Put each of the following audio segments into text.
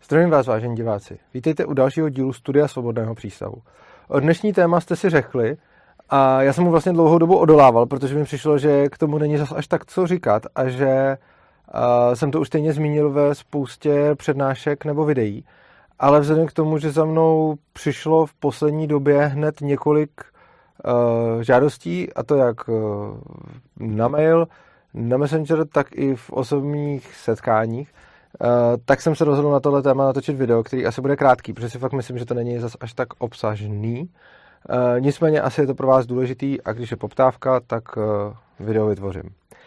Zdravím vás, vážení diváci. Vítejte u dalšího dílu Studia Svobodného přístavu. O dnešní téma jste si řekli a já jsem mu vlastně dlouhou dobu odolával, protože mi přišlo, že k tomu není zas až tak co říkat a že jsem to už stejně zmínil ve spoustě přednášek nebo videí, ale vzhledem k tomu, že za mnou přišlo v poslední době hned několik žádostí, a to jak na mail, na Messenger, tak i v osobních setkáních, tak jsem se rozhodl na tohle téma natočit video, který asi bude krátký, protože si fakt myslím, že to není zas až tak obsažný. Nicméně asi je to pro vás důležitý a když je poptávka, tak video vytvořím.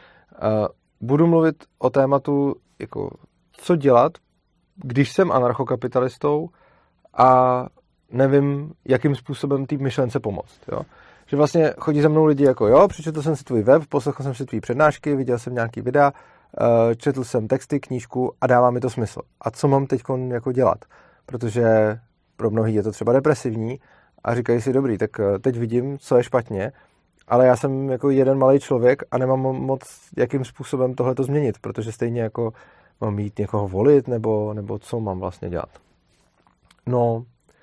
Budu mluvit o tématu, jako co dělat, když jsem anarchokapitalistou a nevím, jakým způsobem té myšlence pomoct. Jo? Že vlastně chodí za mnou lidi jako jo, přečetl jsem si tvůj web, poslechl jsem si tvý přednášky, viděl jsem nějaký videa, četl jsem texty, knížku a dává mi to smysl. A co mám teď jako dělat? Protože pro mnohý je to třeba depresivní a říkají si dobrý, tak teď vidím, co je špatně, ale já jsem jako jeden malý člověk a nemám moc jakým způsobem tohleto změnit, protože stejně jako mám jít někoho volit, nebo co mám vlastně dělat. No,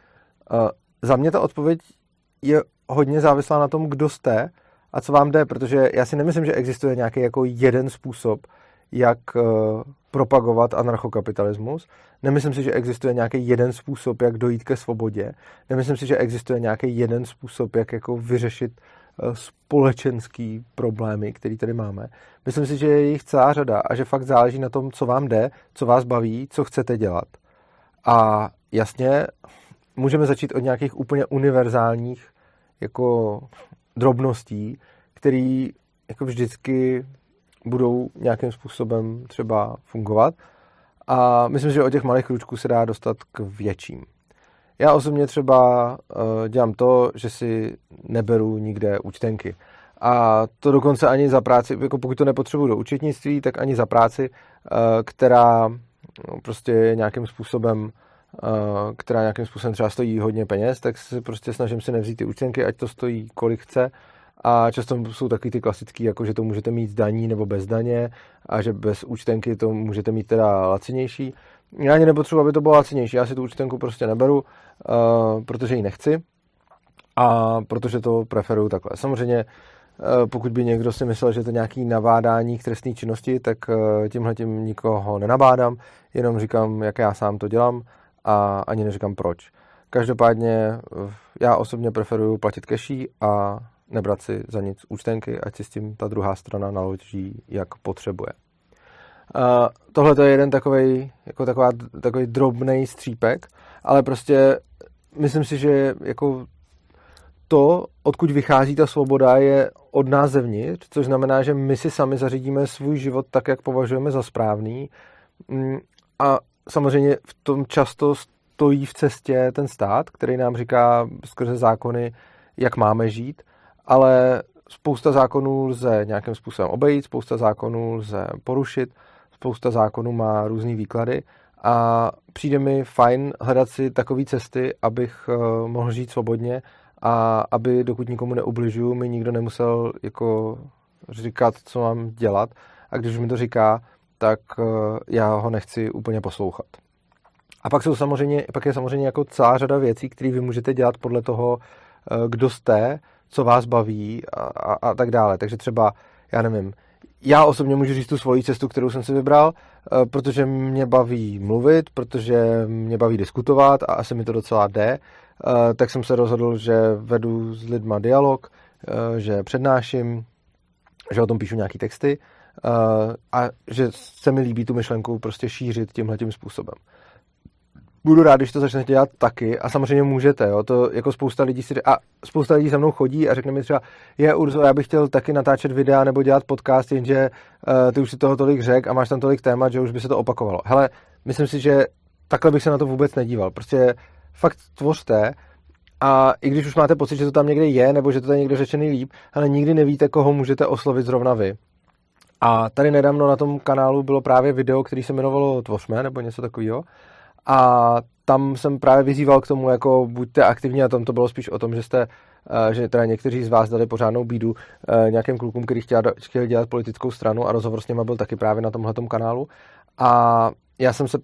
za mě ta odpověď je hodně závislá na tom, kdo jste a co vám jde, protože já si nemyslím, že existuje nějaký jako jeden způsob, jak propagovat anarchokapitalismus. Nemyslím si, že existuje nějaký jeden způsob, jak dojít ke svobodě. Nemyslím si, že existuje nějaký jeden způsob, jak jako vyřešit společenský problémy, který tady máme. Myslím si, že je jich celá řada a že fakt záleží na tom, co vám jde, co vás baví, co chcete dělat. A jasně, můžeme začít od nějakých úplně univerzálních jako drobností, které jako vždycky budou nějakým způsobem třeba fungovat. A myslím, že od těch malých krůčků se dá dostat k větším. Já osobně třeba dělám to, že si neberu nikde účtenky. A to dokonce ani za práci, jako pokud to nepotřebuji do účetnictví, tak ani za práci, která prostě je nějakým způsobem třeba stojí hodně peněz, tak se prostě snažím si nevzít ty účtenky, ať to stojí kolik chce. A často jsou taky ty klasický, jako že to můžete mít z daní nebo bez daně a že bez účtenky to můžete mít teda lacinější. Já ani nepotřebuji, aby to bylo lacinější. Já si tu účtenku prostě neberu, protože ji nechci a protože to preferuju takhle. Samozřejmě, pokud by někdo si myslel, že to je nějaký nabádání k trestné činnosti, tak tímhletím nikoho nenabádám, jenom říkám, jak já sám to dělám a ani neříkám proč. Každopádně já osobně preferuju platit cashi a nebrat si za nic účtenky, ať si s tím ta druhá strana naloží, jak potřebuje. Tohle je jeden takový drobnej střípek, ale prostě myslím si, že jako to, odkud vychází ta svoboda, je od nás zevnitř, což znamená, že my si sami zařídíme svůj život tak, jak považujeme za správný. A samozřejmě v tom často stojí v cestě ten stát, který nám říká skrze zákony, jak máme žít, ale spousta zákonů lze nějakým způsobem obejít, spousta zákonů lze porušit, spousta zákonů má různý výklady a přijde mi fajn hledat si takové cesty, abych mohl žít svobodně a aby dokud nikomu neubližuju, mi nikdo nemusel jako říkat, co mám dělat a když mi to říká, tak já ho nechci úplně poslouchat. A pak je samozřejmě jako celá řada věcí, které vy můžete dělat podle toho, kdo jste, co vás baví a tak dále. Takže třeba, já nevím, já osobně můžu říct tu svoji cestu, kterou jsem si vybral, protože mě baví mluvit, protože mě baví diskutovat a asi mi to docela jde, tak jsem se rozhodl, že vedu s lidma dialog, že přednáším, že o tom píšu nějaký texty a že se mi líbí tu myšlenku prostě šířit tímhletím způsobem. Budu rád, když to začnete dělat taky a samozřejmě můžete, jo, to jako spousta lidí za mnou chodí a řekne mi třeba, Urzo, já bych chtěl taky natáčet videa nebo dělat podcast, jenže ty už si toho tolik řek a máš tam tolik témat, že už by se to opakovalo. Hele, myslím si, že takhle bych se na to vůbec nedíval, prostě fakt tvořte a i když už máte pocit, že to tam někde je nebo že to je někde řečený líp, ale nikdy nevíte, koho můžete oslovit zrovna vy. A tady nedávno na tom kanálu bylo právě video, který se jmenovalo Tvořme nebo něco takového. A tam jsem právě vyzýval k tomu, jako buďte aktivní a tam to bylo spíš o tom, že teda někteří z vás dali pořádnou bídu nějakým klukům, který chtěl dělat politickou stranu a rozhovor s něma byl taky právě na tomhletom kanálu. A já jsem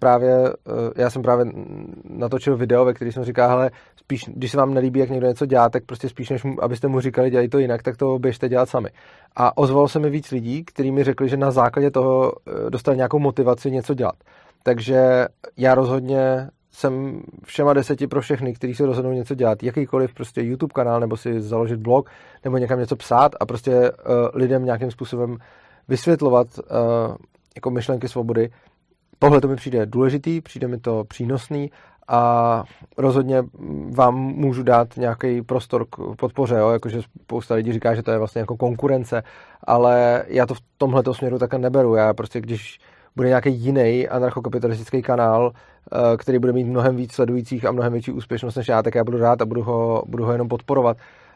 právě natočil video, ve kterém jsem říkal, hele, spíš, když se vám nelíbí, jak někdo něco dělá, tak prostě spíš, než abyste mu říkali, dělej to jinak, tak to běžte dělat sami. A ozvalo se mi víc lidí, kteří mi řekli, že na základě toho dostali nějakou motivaci něco dělat. Takže já rozhodně jsem všema 10 pro všechny, kteří se rozhodnou něco dělat. Jakýkoliv prostě YouTube kanál, nebo si založit blog, nebo někam něco psát a prostě lidem nějakým způsobem vysvětlovat jako myšlenky svobody. Tohle to mi přijde důležitý, přijde mi to přínosný a rozhodně vám můžu dát nějaký prostor k podpoře, jo? Jakože spousta lidí říká, že to je vlastně jako konkurence, ale já to v tomhleto směru takhle neberu. Já prostě, když bude nějaký jiný anarchokapitalistický kanál, který bude mít mnohem víc sledujících a mnohem větší úspěšnost než já, tak já budu rád a budu ho jenom podporovat,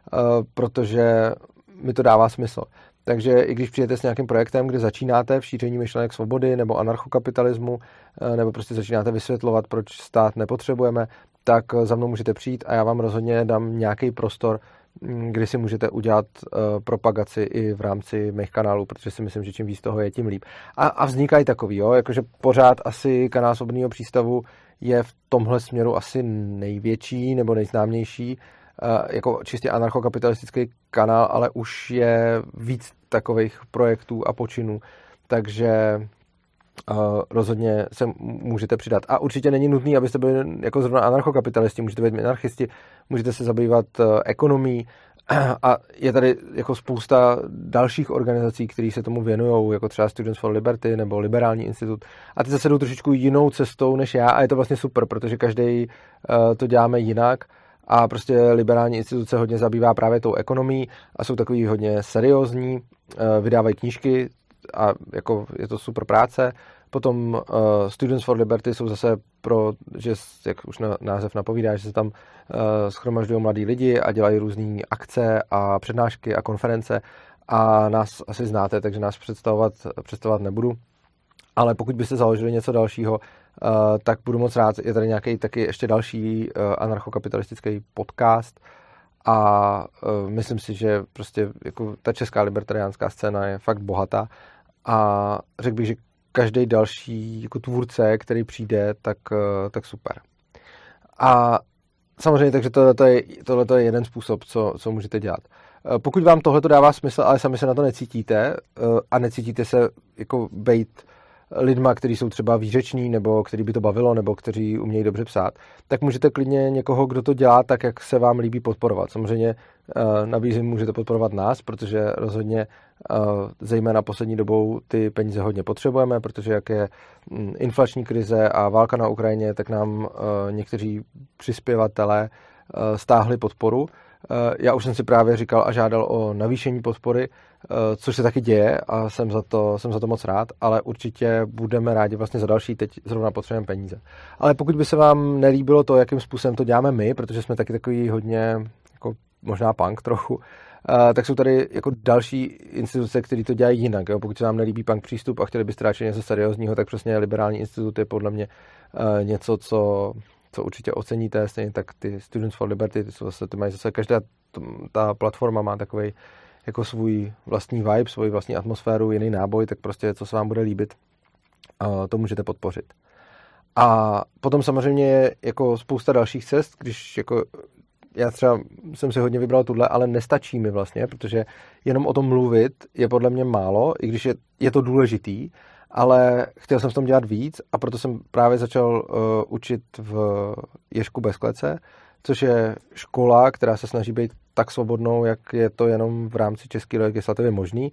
protože mi to dává smysl. Takže i když přijete s nějakým projektem, kde začínáte v šíření myšlenek svobody nebo anarchokapitalismu, nebo prostě začínáte vysvětlovat, proč stát nepotřebujeme, tak za mnou můžete přijít a já vám rozhodně dám nějaký prostor, kdy si můžete udělat propagaci i v rámci mých kanálů, protože si myslím, že čím víc toho je, tím líp. A vznikají takový, jo, jakože pořád asi kanál Svobodného přístavu je v tomhle směru asi největší nebo nejznámější, jako čistě anarchokapitalistický kanál, ale už je víc takových projektů a počinů, takže rozhodně se můžete přidat. A určitě není nutný, abyste byli jako zrovna anarchokapitalisti, můžete být anarchisti, můžete se zabývat ekonomií a je tady jako spousta dalších organizací, které se tomu věnují, jako třeba Students for Liberty nebo Liberální institut. A ty zase jdou trošičku jinou cestou než já a je to vlastně super, protože každý to děláme jinak. A prostě Liberální instituce hodně zabývá právě tou ekonomií a jsou takový hodně seriózní, vydávají knížky a jako je to super práce. Potom Students for Liberty jsou zase pro, že jak už název napovídá, že se tam shromažďují mladí lidi a dělají různé akce a přednášky a konference a nás asi znáte, takže nás představovat nebudu. Ale pokud byste založili něco dalšího, tak budu moc rád. Je tady nějaký taky ještě další anarchokapitalistický podcast a myslím si, že prostě jako ta česká libertariánská scéna je fakt bohatá a řekl bych, že každý další jako tvůrce, který přijde, tak super. A samozřejmě, takže tohle je jeden způsob, co můžete dělat. Pokud vám tohle dává smysl, ale sami se na to necítíte a necítíte se jako bejt lidma, kteří jsou třeba výřeční, nebo který by to bavilo, nebo kteří umějí dobře psát, tak můžete klidně někoho, kdo to dělá tak, jak se vám líbí, podporovat. Samozřejmě nabízím, můžete podporovat nás, protože rozhodně zejména poslední dobou ty peníze hodně potřebujeme, protože jak je inflační krize a válka na Ukrajině, tak nám někteří přispěvatelé stáhli podporu. Já už jsem si právě říkal a žádal o navýšení podpory, což se taky děje a jsem za to moc rád, ale určitě budeme rádi vlastně za další, teď zrovna potřebujeme peníze. Ale pokud by se vám nelíbilo to, jakým způsobem to děláme my, protože jsme taky takový hodně, jako možná punk trochu, tak jsou tady jako další instituce, které to dělají jinak. Jo? Pokud se vám nelíbí punk přístup a chtěli byste radši něco seriózního, tak přesně Liberální institut je podle mě něco, co určitě oceníte, stejně tak ty Students for Liberty, ty mají zase, každá ta platforma má takový jako svůj vlastní vibe, svoji vlastní atmosféru, jiný náboj, tak prostě co se vám bude líbit, to můžete podpořit. A potom samozřejmě je jako spousta dalších cest, když jako já třeba jsem si hodně vybral tuhle, ale nestačí mi vlastně, protože jenom o tom mluvit je podle mě málo, i když je to důležitý, ale chtěl jsem v tom dělat víc a proto jsem právě začal učit v Ježku bez klece, což je škola, která se snaží být tak svobodnou, jak je to jenom v rámci české legislativy možný.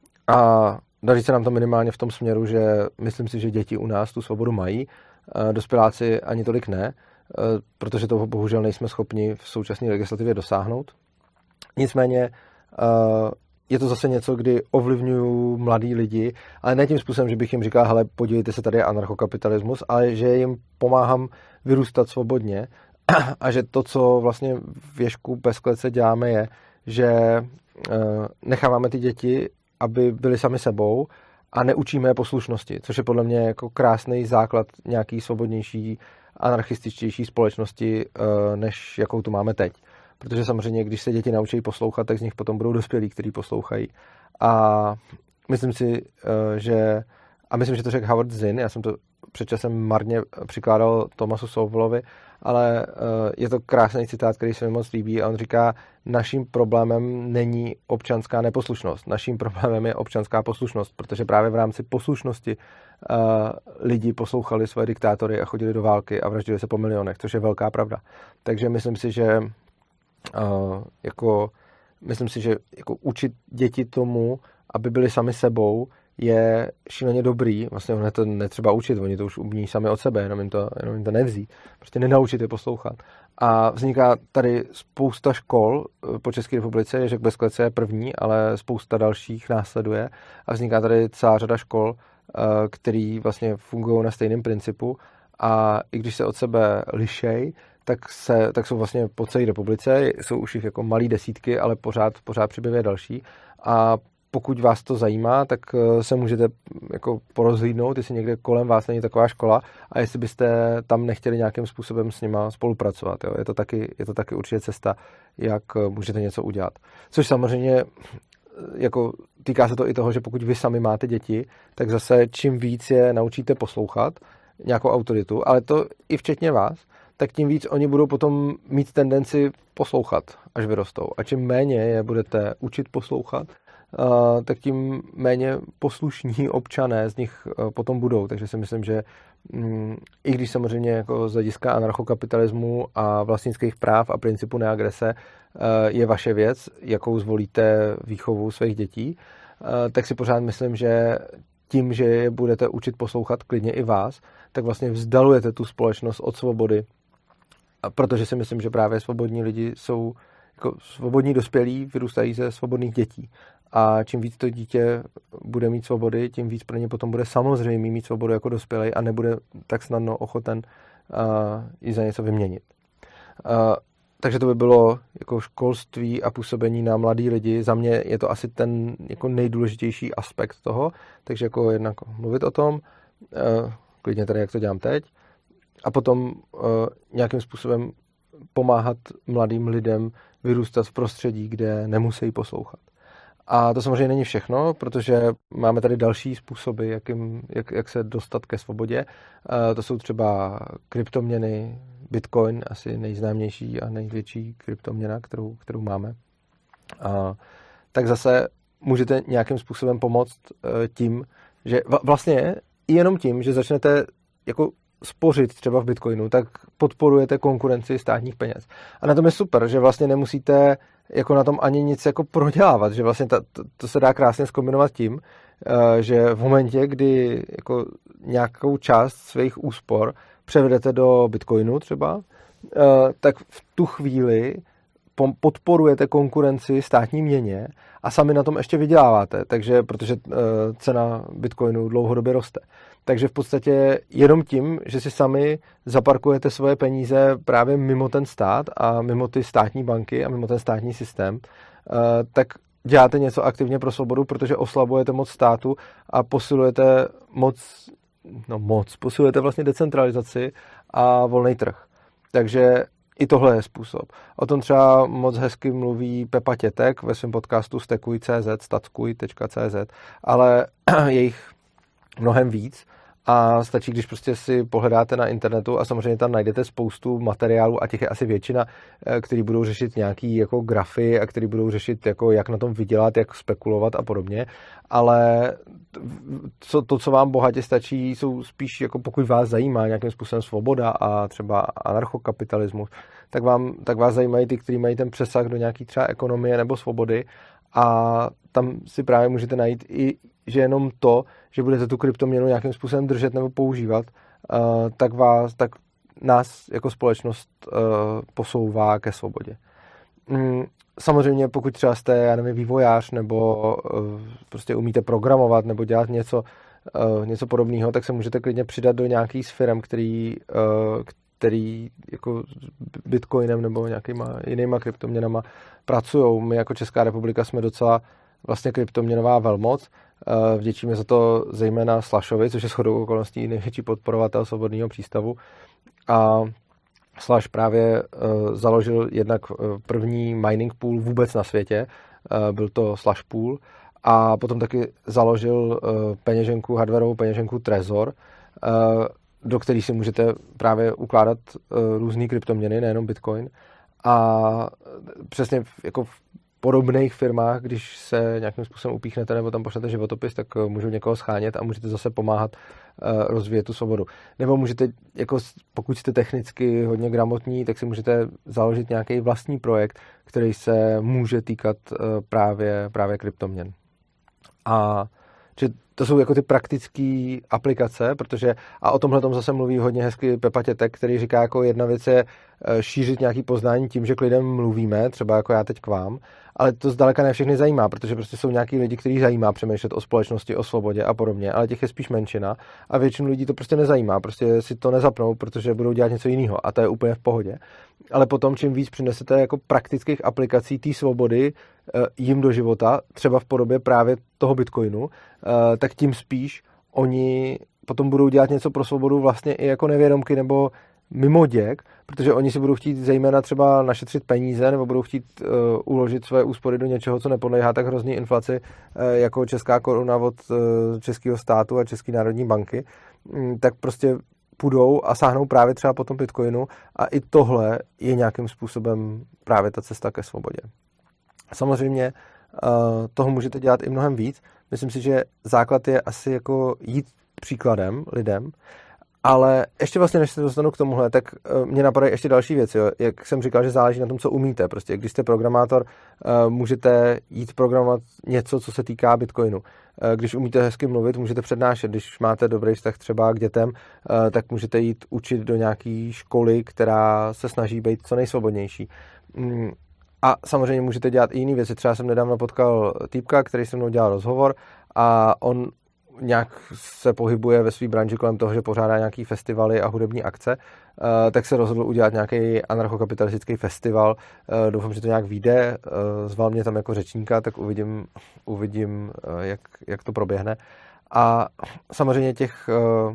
A daří se nám to minimálně v tom směru, že myslím si, že děti u nás tu svobodu mají, dospěláci ani tolik ne, protože toho bohužel nejsme schopni v současné legislativě dosáhnout. Nicméně je to zase něco, kdy ovlivňuju mladý lidi, ale ne tím způsobem, že bych jim říkal, hele, podívejte se, tady je anarchokapitalismus, ale že jim pomáhám vyrůstat svobodně a že to, co vlastně v Ježku bez klece děláme, je, že necháváme ty děti, aby byli sami sebou a neučíme je poslušnosti, což je podle mě jako krásný základ nějaký svobodnější, anarchističtější společnosti, než jakou tu máme teď. Protože samozřejmě, když se děti naučí poslouchat, tak z nich potom budou dospělí, kteří poslouchají. A myslím si, že a myslím, že to řekl Howard Zinn, já jsem to před časem marně přikládal Thomasu Sowellovi, ale je to krásný citát, který se mi moc líbí a on říká, naším problémem není občanská neposlušnost, naším problémem je občanská poslušnost, protože právě v rámci poslušnosti lidi poslouchali své diktátory a chodili do války a vraždili se po milionech, což je velká pravda. Takže myslím si, že jako učit děti tomu, aby byli sami sebou, je šíleně dobrý. Vlastně ono to netřeba učit, oni to už umí sami od sebe, jenom jim to nevzít. Prostě nenaučit je poslouchat. A vzniká tady spousta škol po České republice, Ježek bez klece je první, ale spousta dalších následuje. A vzniká tady celá řada škol, který vlastně fungují na stejném principu. A i když se od sebe lišej, tak jsou vlastně po celé republice, jsou už jich jako malý desítky, ale pořád přibývají další. A pokud vás to zajímá, tak se můžete jako porozhlídnout, jestli někde kolem vás není taková škola a jestli byste tam nechtěli nějakým způsobem s nima spolupracovat. Jo. Je to taky určitě cesta, jak můžete něco udělat. Což samozřejmě jako týká se to i toho, že pokud vy sami máte děti, tak zase čím víc je naučíte poslouchat nějakou autoritu, ale to i včetně vás, tak tím víc oni budou potom mít tendenci poslouchat, až vyrostou. A čím méně je budete učit poslouchat, tak tím méně poslušní občané z nich potom budou. Takže si myslím, že i když samozřejmě jako z hlediska anarchokapitalismu a vlastnických práv a principu neagrese je vaše věc, jakou zvolíte výchovu svých dětí, tak si pořád myslím, že tím, že je budete učit poslouchat klidně i vás, tak vlastně vzdalujete tu společnost od svobody. Protože si myslím, že právě svobodní lidi jsou jako svobodní dospělí, vyrůstají ze svobodných dětí. A čím víc to dítě bude mít svobody, tím víc pro ně potom bude samozřejmě mít svobodu jako dospělej a nebude tak snadno ochoten ji za něco vyměnit. Takže to by bylo jako školství a působení na mladý lidi. Za mě je to asi ten jako nejdůležitější aspekt toho. Takže jako jednak mluvit o tom, klidně tady, jak to dělám teď, a potom nějakým způsobem pomáhat mladým lidem vyrůstat v prostředí, kde nemusí poslouchat. A to samozřejmě není všechno, protože máme tady další způsoby, jak se dostat ke svobodě. To jsou třeba kryptoměny, Bitcoin, asi nejznámější a největší kryptoměna, kterou máme. Tak zase můžete nějakým způsobem pomoct tím, že vlastně i jenom tím, že začnete jako spořit třeba v Bitcoinu, tak podporujete konkurenci státních peněz. A na tom je super, že vlastně nemusíte jako na tom ani nic jako prodělávat, že vlastně to se dá krásně zkombinovat tím, že v momentě, kdy jako nějakou část svých úspor převedete do Bitcoinu třeba, tak v tu chvíli podporujete konkurenci státní měně a sami na tom ještě vyděláváte, takže protože cena Bitcoinu dlouhodobě roste. Takže v podstatě jenom tím, že si sami zaparkujete svoje peníze právě mimo ten stát a mimo ty státní banky a mimo ten státní systém, tak děláte něco aktivně pro svobodu, protože oslabujete moc státu a posilujete posilujete vlastně decentralizaci a volný trh. Takže i tohle je způsob. O tom třeba moc hezky mluví Pepa Tětek ve svém podcastu stekuj.cz, statkuj.cz, ale je jich mnohem víc a stačí, když prostě si pohledáte na internetu a samozřejmě tam najdete spoustu materiálů a těch je asi většina, který budou řešit nějaký jako grafy a který budou řešit jako jak na tom vydělat, jak spekulovat a podobně, ale co vám bohatě stačí, jsou spíš jako pokud vás zajímá nějakým způsobem svoboda a třeba anarchokapitalismus, tak vás zajímají ty, kteří mají ten přesah do nějaký třeba ekonomie nebo svobody a tam si právě můžete najít i že jenom to, že budete tu kryptoměnu nějakým způsobem držet nebo používat, tak nás jako společnost posouvá ke svobodě. Samozřejmě pokud třeba jste, já nevím, vývojář nebo prostě umíte programovat nebo dělat něco podobného, tak se můžete klidně přidat do nějakých z firm, který jako Bitcoinem nebo nějakýma jinýma kryptoměnama pracujou. My jako Česká republika jsme docela vlastně kryptoměnová velmoc. Vděčíme za to zejména Slashovi, což je shodou okolností největší podporovatel svobodného přístavu. A Slash právě založil jednak první mining pool vůbec na světě. Byl to Slash pool a potom taky založil peněženku, hardwarovou peněženku Trezor, do který si můžete právě ukládat různý kryptoměny, nejenom Bitcoin. A přesně jako v podobných firmách, když se nějakým způsobem upíchnete nebo tam pošlete životopis, tak můžou někoho schánět a můžete zase pomáhat rozvíjet tu svobodu. Nebo můžete, jako pokud jste technicky hodně gramotní, tak si můžete založit nějaký vlastní projekt, který se může týkat právě kryptoměn. A že to jsou jako ty praktické aplikace, protože, a o tomhle tom zase mluví hodně hezky Pepa Tětek, který říká, jako jedna věc je šířit nějaký poznání tím, že k lidem mluvíme, třeba jako já teď k vám, ale to zdaleka ne všechny zajímá, protože prostě jsou nějaký lidi, kteří zajímá přemýšlet o společnosti, o svobodě a podobně, ale těch je spíš menšina a většinu lidí to prostě nezajímá, prostě si to nezapnou, protože budou dělat něco jiného a to je úplně v pohodě. Ale potom, čím víc přinesete jako praktických aplikací té svobody jim do života, třeba v podobě právě toho Bitcoinu, tak tím spíš oni potom budou dělat něco pro svobodu vlastně i jako nevědomky nebo mimo děk, protože oni si budou chtít zejména třeba našetřit peníze nebo budou chtít uložit své úspory do něčeho, co nepodléhá tak hrozný inflaci jako česká koruna od českého státu a České národní banky, tak prostě půjdou a sáhnou právě třeba po tom Bitcoinu a i tohle je nějakým způsobem právě ta cesta ke svobodě. Samozřejmě toho můžete dělat i mnohem víc. Myslím si, že základ je asi jako jít příkladem lidem, ale ještě vlastně, než se dostanu k tomuhle, tak mě napadají ještě další věci. Jo. Jak jsem říkal, že záleží na tom, co umíte. Prostě když jste programátor, můžete jít programovat něco, co se týká Bitcoinu. Když umíte hezky mluvit, můžete přednášet. Když máte dobrý vztah třeba k dětem, tak můžete jít učit do nějaké školy, která se snaží být co nejsvobodnější. A samozřejmě můžete dělat i jiné věci. Třeba jsem nedávno potkal týpka, který se mnou dělal rozhovor a on nějak se pohybuje ve své branži kolem toho, že pořádá nějaký festivaly a hudební akce, tak se rozhodl udělat nějaký anarchokapitalistický festival. Doufám, že to nějak vyjde. Zval mě tam jako řečníka, tak uvidím jak to proběhne. A samozřejmě těch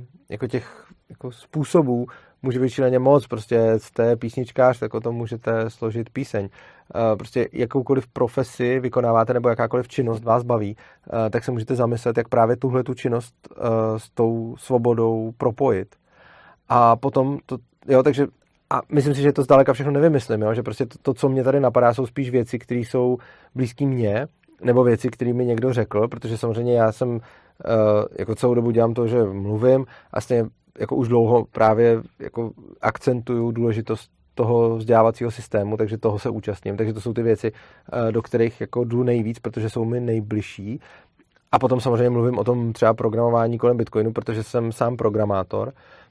způsobů může být šíleně moc. Prostě jste písničkář, tak o tom můžete složit píseň. Prostě jakoukoliv profesi vykonáváte nebo jakákoliv činnost vás baví, tak se můžete zamyslet, jak právě tuhle tu činnost s tou svobodou propojit. A potom takže a myslím si, že to zdaleka všechno nevymyslím, jo? Že prostě to, co mě tady napadá, jsou spíš věci, které jsou blízké mně, nebo věci, které mi někdo řekl, protože samozřejmě já jsem jako celou dobu dělám to, že mluvím a vlastně jako už dlouho právě jako akcentuju důležitost toho vzdělávacího systému, takže toho se účastním. Takže to jsou ty věci, do kterých jako jdu nejvíc, protože jsou mi nejbližší. A potom samozřejmě mluvím o tom třeba programování kolem Bitcoinu, protože jsem sám programátor,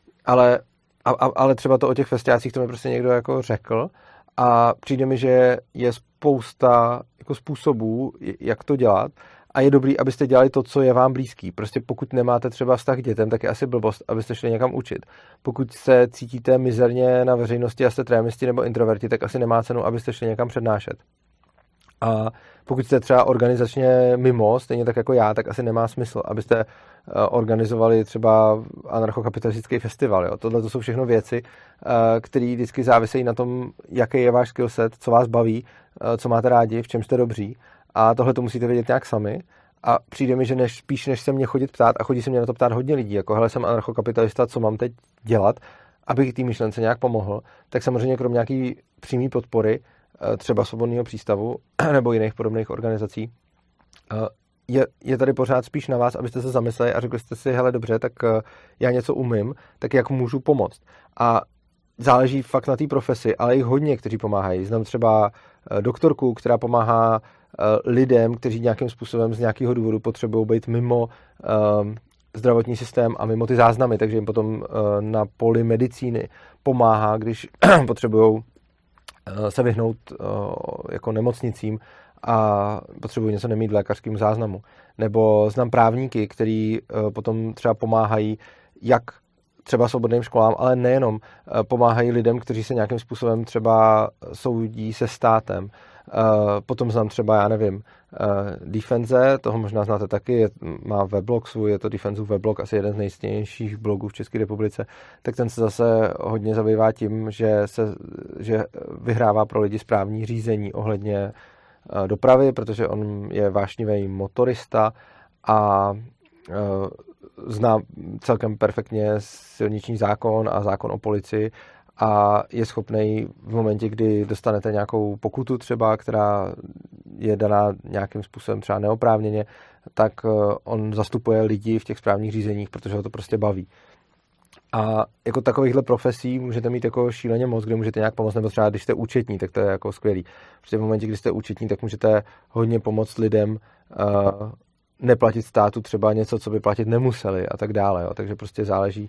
ale třeba to o těch festiácích, to mi prostě někdo jako řekl a přijde mi, že je spousta jako způsobů, jak to dělat. A je dobrý, abyste dělali to, co je vám blízký. Prostě pokud nemáte třeba vztah k dětem, tak je asi blbost, abyste šli někam učit. Pokud se cítíte mizerně na veřejnosti a jste trémisti nebo introverti, tak asi nemá cenu, abyste šli někam přednášet. A pokud jste třeba organizačně mimo, stejně tak jako já, tak asi nemá smysl, abyste organizovali třeba anarchokapitalistický festival. Jo. Tohle to jsou všechno věci, které vždycky závisejí na tom, jaký je váš skillset, co vás baví, co máte rádi, v čem jste dobří. A tohle to musíte vědět nějak sami. A přijde mi, že spíš než se mě chodit ptát, a chodí se mě na to ptát hodně lidí, jako hele, jsem anarchokapitalista, co mám teď dělat, abych té myšlence nějak pomohl, tak samozřejmě krom nějaký přímý podpory, třeba Svobodného přístavu nebo jiných podobných organizací, je tady pořád spíš na vás, abyste se zamysleli a řekli jste si, hele, dobře, tak já něco umím, tak jak můžu pomoct. A záleží fakt na té profesi, ale jich hodně, kteří pomáhají. Znám třeba doktorku, která pomáhá lidem, kteří nějakým způsobem z nějakého důvodu potřebují být mimo zdravotní systém a mimo ty záznamy, takže jim potom na poli medicíny pomáhá, když potřebují se vyhnout jako nemocnicím a potřebují něco nemít v lékařském záznamu. Nebo znám právníky, kteří potom třeba pomáhají jak třeba svobodným školám, ale nejenom. Pomáhají lidem, kteří se nějakým způsobem třeba soudí se státem. Potom znám třeba, já nevím, Defense, toho možná znáte taky, má weblog svůj, je to Defenseův weblog, asi jeden z nejstěnějších blogů v České republice, tak ten se zase hodně zabývá tím, že vyhrává pro lidi správní řízení ohledně dopravy, protože on je vášnivý motorista a zná celkem perfektně silniční zákon a zákon o policii a je schopný v momentě, kdy dostanete nějakou pokutu třeba, která je daná nějakým způsobem třeba neoprávněně, tak on zastupuje lidi v těch správních řízeních, protože ho to prostě baví. A jako takovýchhle profesí můžete mít jako šíleně moc, kde můžete nějak pomoct, nebo třeba když jste účetní, tak to je jako skvělý. Protože v momentě, kdy jste účetní, tak můžete hodně pomoct lidem neplatit státu třeba něco, co by platit nemuseli a tak dále. Jo. Takže prostě záleží,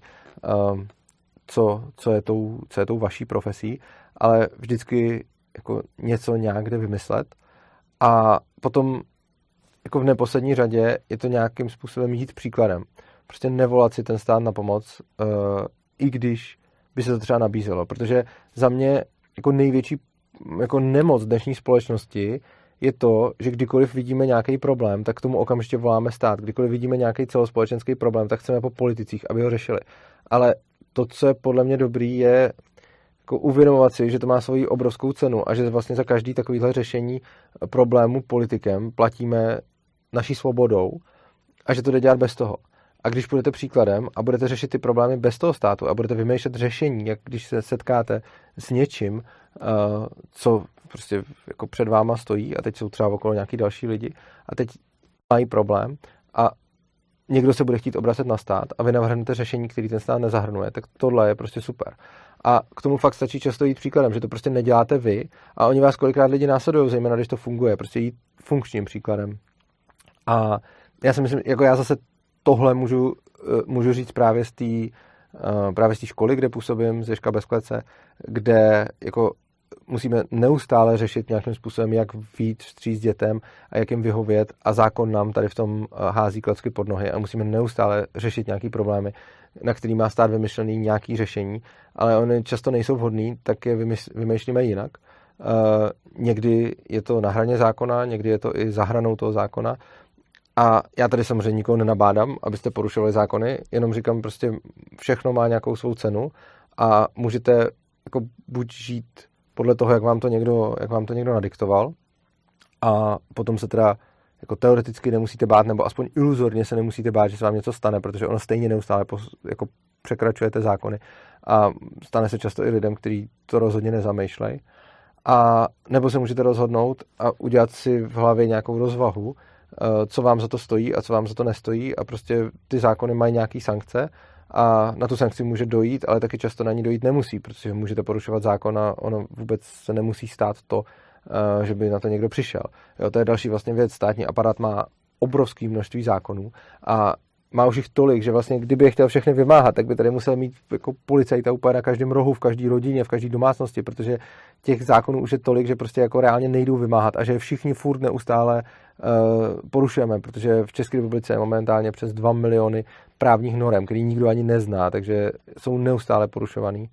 co je tou vaší profesí, ale vždycky jako něco nějak jde vymyslet. A potom jako v neposlední řadě je to nějakým způsobem jít příkladem. Prostě nevolat si ten stát na pomoc, i když by se to třeba nabízelo. Protože za mě jako největší jako nemoc dnešní společnosti je to, že kdykoliv vidíme nějaký problém, tak k tomu okamžitě voláme stát. Kdykoliv vidíme nějaký celospolečenský problém, tak chceme po politicích, aby ho řešili. Ale to, co je podle mě dobrý, je jako uvědomovat si, že to má svoji obrovskou cenu a že vlastně za každý takovýhle řešení problému politikem platíme naší svobodou a že to jde dělat bez toho. A když budete příkladem a budete řešit ty problémy bez toho státu a budete vymýšlet řešení, jak když se setkáte s něčím, co prostě jako před váma stojí a teď jsou třeba okolo nějaký další lidi a teď mají problém a někdo se bude chtít obracet na stát a vy navrhnete řešení, který ten stát nezahrnuje, tak tohle je prostě super. A k tomu fakt stačí často jít příkladem, že to prostě neděláte vy a oni vás kolikrát lidi následují, zejména když to funguje, prostě jít funkčním příkladem. A já si myslím, jako já zase tohle můžu říct právě z té školy, kde působím, z Ježka bez klece, kde jako musíme neustále řešit nějakým způsobem, jak vyjít vstříc dětem a jak jim vyhovět a zákon nám tady v tom hází klacky pod nohy a musíme neustále řešit nějaký problémy, na který má stát vymyšlený nějaký řešení, ale oni často nejsou vhodný, tak je vymýšlíme jinak. Někdy je to na hraně zákona, někdy je to i za hranou toho zákona. A já tady samozřejmě nikoho nenabádám, abyste porušovali zákony, jenom říkám prostě všechno má nějakou svou cenu a můžete jako buď žít podle toho, jak vám to někdo nadiktoval a potom se teda jako teoreticky nemusíte bát, nebo aspoň iluzorně se nemusíte bát, že se vám něco stane, protože ono stejně neustále jako překračujete zákony a stane se často i lidem, kteří to rozhodně nezamýšlejí. A nebo se můžete rozhodnout a udělat si v hlavě nějakou rozvahu, co vám za to stojí a co vám za to nestojí a prostě ty zákony mají nějaký sankce a na tu sankci může dojít, ale taky často na ní dojít nemusí, protože můžete porušovat zákon a ono vůbec se nemusí stát to, že by na to někdo přišel. Jo, to je další vlastně věc. Státní aparát má obrovské množství zákonů a má už jich tolik, že vlastně kdyby je chtěl všechny vymáhat, tak by tady musel mít jako policajta úplně na každém rohu, v každé rodině, v každé domácnosti, protože těch zákonů už je tolik, že prostě jako reálně nejdou vymáhat a že všichni furt neustále porušujeme, protože v České republice je momentálně přes 2 miliony právních norem, který nikdo ani nezná, takže jsou neustále porušovaný.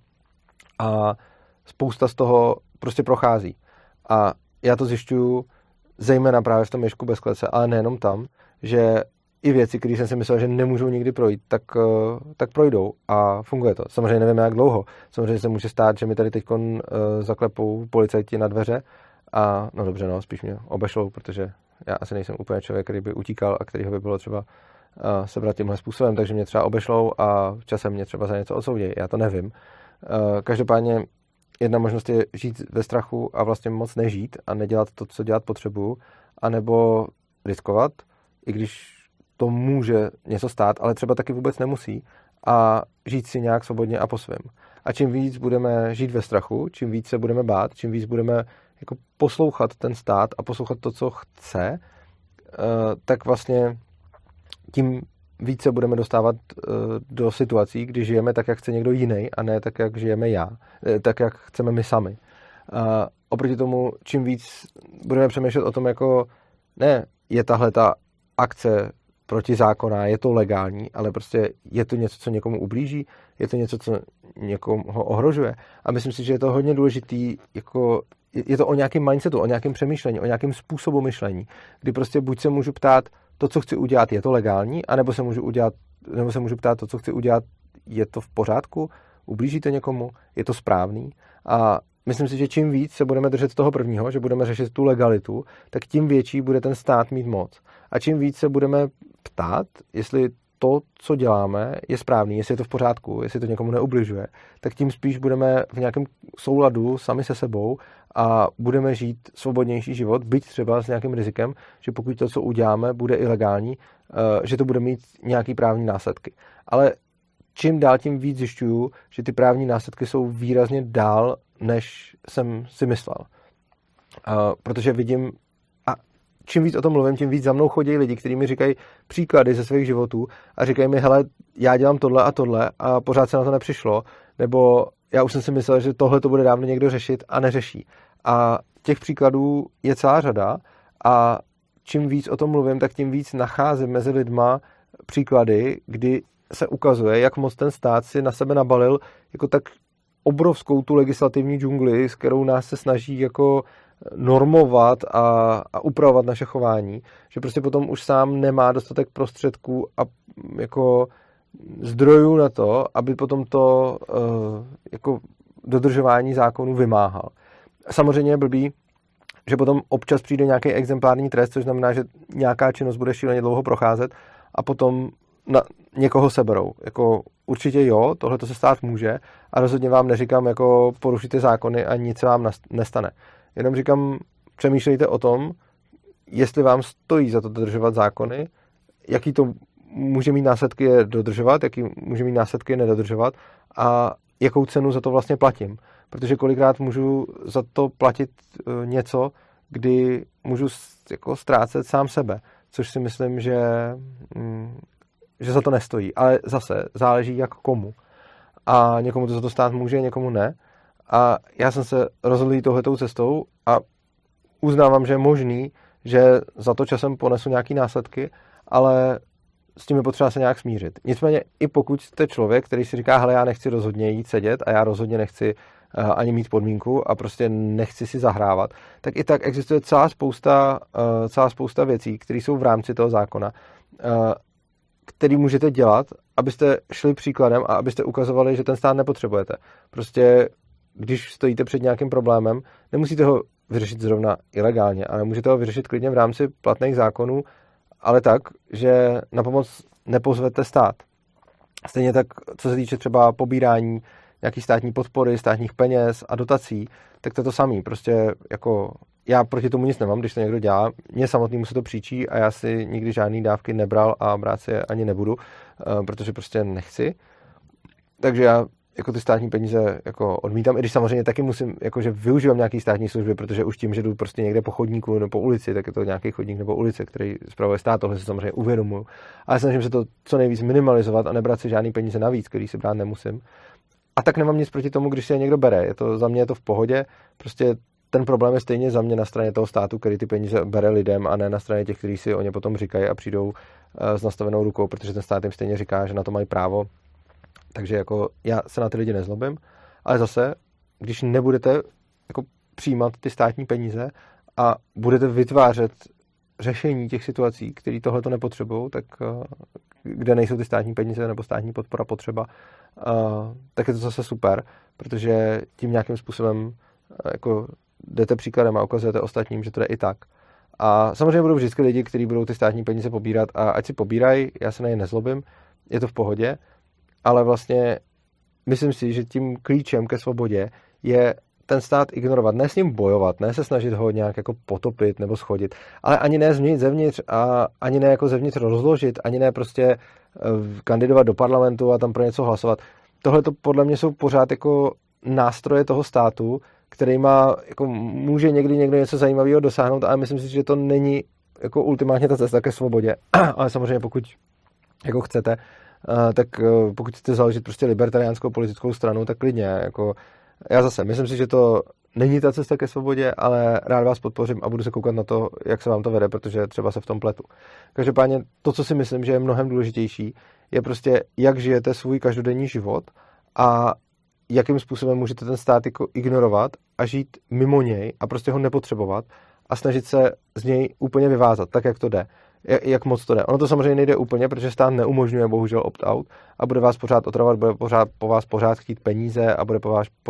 A spousta z toho prostě prochází. A já to zjišťuju zejména právě v tom Ježku bez klece, ale nejenom tam, že i věci, které jsem si myslel, že nemůžou nikdy projít, tak projdou a funguje to. Samozřejmě nevíme, jak dlouho. Samozřejmě se může stát, že mi tady teď zaklepou policajti na dveře a no dobře, no, spíš mě obešlou, protože já asi nejsem úplně člověk, který by utíkal a kterýho by bylo třeba sebrat tímhle způsobem, takže mě třeba obešlou a časem mě třeba za něco odsoudí. Já to nevím. Každopádně jedna možnost je žít ve strachu a vlastně moc nežít a nedělat to, co dělat potřebuju, anebo riskovat, i když to může něco stát, ale třeba taky vůbec nemusí a žít si nějak svobodně a po svém. A čím víc budeme žít ve strachu, čím víc se budeme bát, čím víc budeme jako poslouchat ten stát a poslouchat to, co chce, tak vlastně tím více budeme dostávat do situací, kdy žijeme tak, jak chce někdo jiný a ne tak, jak žijeme tak, jak chceme my sami. Oproti tomu, čím víc budeme přemýšlet o tom, jako ne, je tahle ta akce protizákonná, je to legální, ale prostě je to něco, co někomu ublíží, je to něco, co někomu ho ohrožuje. A myslím si, že je to hodně důležitý, jako je to o nějakém mindsetu, o nějakém přemýšlení, o nějakém způsobu myšlení, kdy prostě buď se můžu ptát, to, co chci udělat, je to legální, anebo se můžu ptát, to, co chci udělat, je to v pořádku, ublíží to někomu, je to správný. A myslím si, že čím víc se budeme držet toho prvního, že budeme řešit tu legalitu, tak tím větší bude ten stát mít moc. A čím víc se budeme ptát, jestli to, co děláme, je správný, jestli je to v pořádku, jestli to někomu neubližuje, tak tím spíš budeme v nějakém souladu sami se sebou a budeme žít svobodnější život, byť třeba s nějakým rizikem, že pokud to, co uděláme, bude ilegální, že to bude mít nějaký právní následky. Ale čím dál tím víc zjišťuju, že ty právní následky jsou výrazně dál, než jsem si myslel. Protože vidím, a čím víc o tom mluvím, tím víc za mnou chodí lidi, kteří mi říkají příklady ze svých životů a říkají mi, hele, já dělám tohle a pořád se na to nepřišlo, nebo já už jsem si myslel, že tohle to bude dávno někdo řešit a neřeší. A těch příkladů je celá řada a čím víc o tom mluvím, tak tím víc nacházím mezi lidma příklady, kdy se ukazuje, jak moc ten stát si na sebe nabalil jako tak obrovskou tu legislativní džungli, s kterou nás se snaží jako normovat a upravovat naše chování, že prostě potom už sám nemá dostatek prostředků a jako zdrojů na to, aby potom to jako dodržování zákonů vymáhal. Samozřejmě je blbý, že potom občas přijde nějaký exemplární trest, což znamená, že nějaká činnost bude šíleně dlouho procházet a potom někoho seberou. Jako určitě jo, tohle to se stát může a rozhodně vám neříkám, jako porušíte zákony a nic se vám nestane. Jenom říkám, přemýšlejte o tom, jestli vám stojí za to dodržovat zákony, jaký to může mít následky je dodržovat, jaký může mít následky je nedodržovat a jakou cenu za to vlastně platím. Protože kolikrát můžu za to platit něco, kdy můžu jako ztrácet sám sebe, což si myslím, že za to nestojí. Ale zase záleží jak komu. A někomu to za to stát může, někomu ne. A já jsem se rozhodl jít touhletou cestou a uznávám, že je možný, že za to časem ponesu nějaký následky, ale s tím je potřeba se nějak smířit. Nicméně i pokud jste člověk, který si říká, hele, já nechci rozhodně jít sedět a já rozhodně nechci ani mít podmínku a prostě nechci si zahrávat, tak i tak existuje celá spousta věcí, které jsou v rámci toho zákona, který můžete dělat, abyste šli příkladem a abyste ukazovali, že ten stát nepotřebujete. Prostě když stojíte před nějakým problémem, nemusíte ho vyřešit zrovna ilegálně, ale můžete ho vyřešit klidně v rámci platných zákonů, ale tak, že na pomoc nepozvete stát. Stejně tak, co se týče třeba pobírání nějaký státní podpory, státních peněz a dotací, tak to je to samé. Prostě jako já proti tomu nic nemám, když to někdo dělá. Mně samotnému se to příčí a já si nikdy žádný dávky nebral a brát si je ani nebudu, protože prostě nechci. Takže já jako ty státní peníze jako odmítám, i když samozřejmě taky musím, jakože využívám nějaký státní služby, protože už tím, že jdu prostě někde po chodníku nebo po ulici, tak je to nějaký chodník nebo ulice, který spravuje stát, tohle si samozřejmě uvědomuju. Ale snažím se to co nejvíc minimalizovat a nebrat si žádný peníze navíc, který si brát nemusím. A tak nemám nic proti tomu, když si je někdo bere. Za mě je to v pohodě, prostě ten problém je stejně za mě na straně toho státu, který ty peníze bere lidem a ne na straně těch, kteří si o ně potom říkají a přijdou s nastavenou rukou, protože ten stát jim stejně říká, že na to mají právo. Takže jako já se na ty lidi nezlobím, ale zase, když nebudete jako přijímat ty státní peníze a budete vytvářet řešení těch situací, které tohle to nepotřebují, tak kde nejsou ty státní peníze nebo státní podpora potřeba, tak je to zase super, protože tím nějakým způsobem jako jdete příkladem a ukazujete ostatním, že to jde i tak. A samozřejmě budou vždycky lidi, kteří budou ty státní peníze pobírat a ať si pobírají, já se na ně nezlobím, je to v pohodě, ale vlastně myslím si, že tím klíčem ke svobodě je ten stát ignorovat, ne s ním bojovat, ne se snažit ho nějak jako potopit nebo schodit, ale ani ne změnit zevnitř a ani ne jako zevnitř rozložit, ani ne prostě kandidovat do parlamentu a tam pro něco hlasovat. Tohle to podle mě jsou pořád jako nástroje toho státu, který má, jako může někdy někdo něco zajímavého dosáhnout, ale myslím si, že to není jako ultimátně ta cesta ke svobodě. Ale samozřejmě pokud jako chcete, tak pokud chcete založit prostě libertariánskou politickou stranu, tak klidně. Jako já zase myslím si, že to není ta cesta ke svobodě, ale rád vás podpořím a budu se koukat na to, jak se vám to vede, protože třeba se v tom pletu. Každopádně to, co si myslím, že je mnohem důležitější, je prostě, jak žijete svůj každodenní život a jakým způsobem můžete ten stát jako ignorovat a žít mimo něj a prostě ho nepotřebovat a snažit se z něj úplně vyvázat, tak jak to jde. Jak moc to jde. Ono to samozřejmě nejde úplně, protože stát neumožňuje bohužel opt-out a bude vás pořád otravovat, bude po vás pořád chtít peníze a bude po vás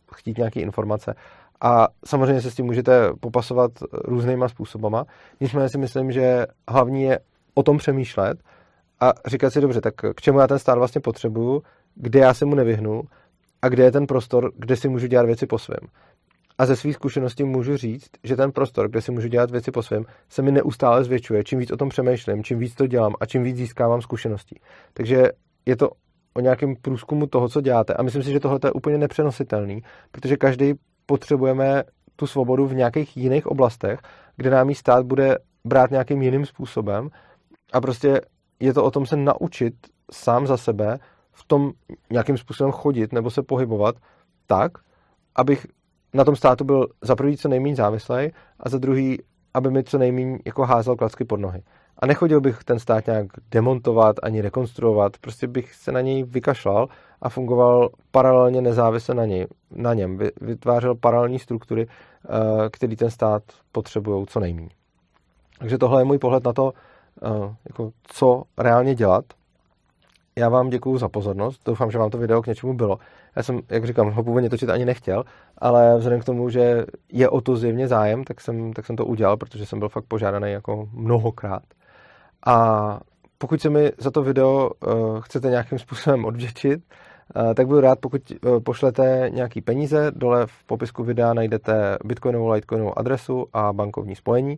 chtít nějaké informace. A samozřejmě se s tím můžete popasovat různýma způsobama. Nicméně si myslím, že hlavní je o tom přemýšlet a říkat si dobře, tak k čemu já ten stát vlastně potřebuju, kde já se mu nevyhnu a kde je ten prostor, kde si můžu dělat věci po svém. A ze svých zkušeností můžu říct, že ten prostor, kde si můžu dělat věci po svém, se mi neustále zvětšuje. Čím víc o tom přemýšlím, čím víc to dělám a čím víc získávám zkušeností. Takže je to o nějakém průzkumu toho, co děláte. A myslím si, že tohle je úplně nepřenositelný, protože každý potřebujeme tu svobodu v nějakých jiných oblastech, kde nám ji stát bude brát nějakým jiným způsobem. A prostě je to o tom se naučit sám za sebe v tom nějakým způsobem chodit nebo se pohybovat tak, abych na tom státu byl za prvý co nejméně závislej a za druhý, aby mi co nejméně jako házel klacky pod nohy. A nechodil bych ten stát nějak demontovat ani rekonstruovat, prostě bych se na něj vykašlal a fungoval paralelně nezávisle na něm. Vytvářel paralelní struktury, který ten stát potřebují co nejméně. Takže tohle je můj pohled na to, jako co reálně dělat. Já vám děkuju za pozornost, doufám, že vám to video k něčemu bylo. Já jsem, jak říkám, ho původně točit ani nechtěl, ale vzhledem k tomu, že je o to zjevně zájem, tak jsem to udělal, protože jsem byl fakt požádaný jako mnohokrát. A pokud se mi za to video chcete nějakým způsobem odvděčit, tak budu rád, pokud pošlete nějaký peníze. Dole v popisku videa najdete bitcoinovou, litecoinovou adresu a bankovní spojení.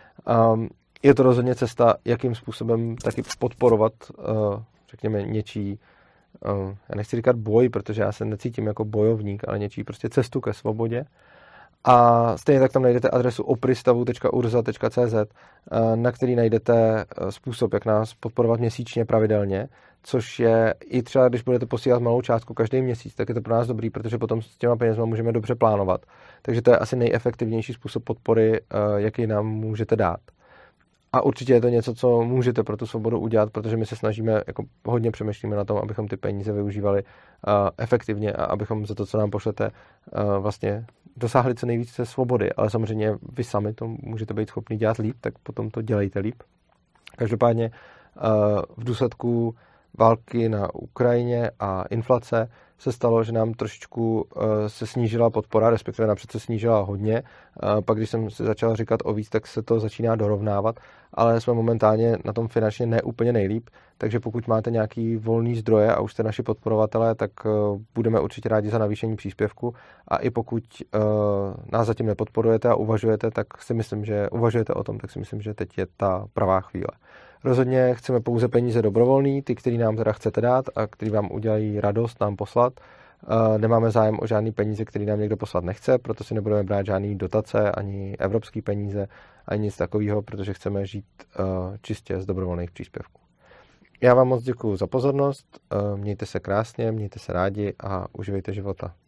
Je to rozhodně cesta, jakým způsobem taky podporovat, řekněme, něčí, já nechci říkat boj, protože já se necítím jako bojovník, ale něčí prostě cestu ke svobodě. A stejně tak tam najdete adresu opristavu.urza.cz, na který najdete způsob, jak nás podporovat měsíčně pravidelně, což je i třeba, když budete posílat malou částku každý měsíc, tak je to pro nás dobrý, protože potom s těma penězma můžeme dobře plánovat. Takže to je asi nejefektivnější způsob podpory, jaký nám můžete dát. A určitě je to něco, co můžete pro tu svobodu udělat, protože my se snažíme, jako hodně přemýšlíme na tom, abychom ty peníze využívali efektivně a abychom za to, co nám pošlete, vlastně dosáhli co nejvíce svobody. Ale samozřejmě vy sami to můžete být schopni dělat líp, tak potom to dělejte líp. Každopádně v důsledku války na Ukrajině a inflace se stalo, že nám trošičku se snížila podpora, respektive napřed se snížila hodně. Pak, když jsem si začal říkat o víc, tak se to začíná dorovnávat, ale jsme momentálně na tom finančně neúplně nejlíp, takže pokud máte nějaký volný zdroje a už jste naši podporovatelé, tak budeme určitě rádi za navýšení příspěvku a i pokud nás zatím nepodporujete a uvažujete, tak si myslím, že uvažujete o tom, tak si myslím, že teď je ta pravá chvíle. Rozhodně chceme pouze peníze dobrovolný, ty, který nám teda chcete dát a který vám udělají radost nám poslat. Nemáme zájem o žádný peníze, který nám někdo poslat nechce, proto si nebudeme brát žádný dotace, ani evropské peníze, ani nic takového, protože chceme žít čistě z dobrovolných příspěvků. Já vám moc děkuju za pozornost, mějte se krásně, mějte se rádi a uživejte života.